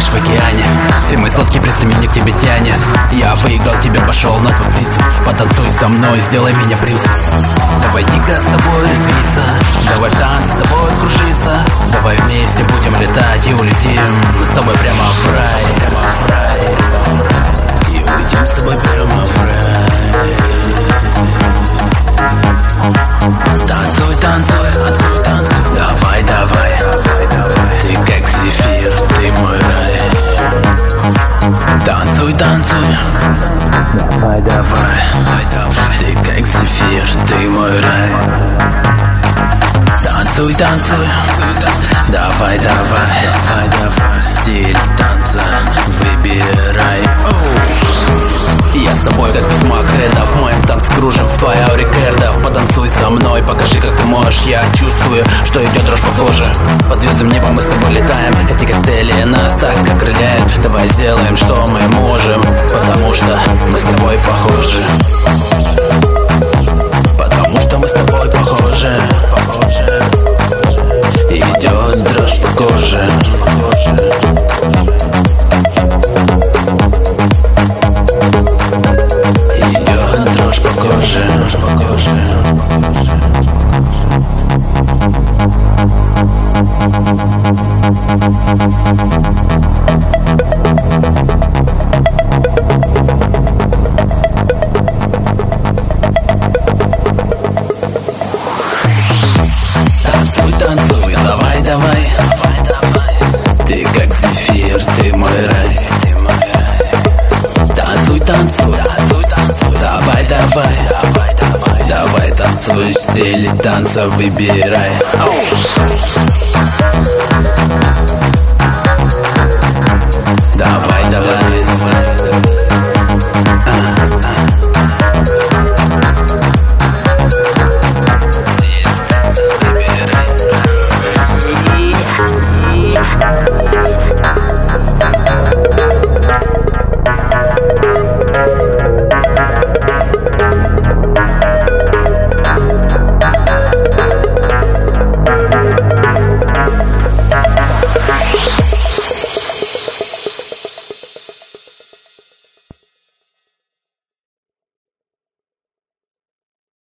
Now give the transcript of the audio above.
в океане. Ты мой сладкий приз, и меня к тебе тянет. Я выиграл тебя, пошел на твой приз. Потанцуй со мной, сделай меня приз. Давай дико с тобой резвиться, давай в танц с тобой кружиться. Давай вместе будем летать и улетим с тобой прямо в рай. И улетим с тобой прямо в рай. Танцуй, танцуй, танцуй, танцуй. Давай, давай, ты как зефир, ты мой рай. Танцуй, танцуй. Давай, давай, ты как зефир, ты мой рай. Танцуй, танцуй. Давай, давай, стиль танца выбирай. Я с тобой как письмо кредо. В моем танцкруже в твоей ауре керда. Потанцуй со мной, покажи как ты можешь. Я чувствую, что идет дрожь по коже. По звездам неба мы с тобой летаем. Эти коктейли нас так окрыляют. Давай сделаем, что мы можем, потому что мы с тобой похожи. Потому что мы с тобой похожи. Идет дрожь по коже. Идет дрожь по коже, дрожь по коже. Танцуй, танцуй, давай, давай, ты как зефир, ты мой рай. Танцуй, танцуй, танцуй, танцуй. Давай, давай, давай, давай, давай, танцуй в стиле танца выбирай.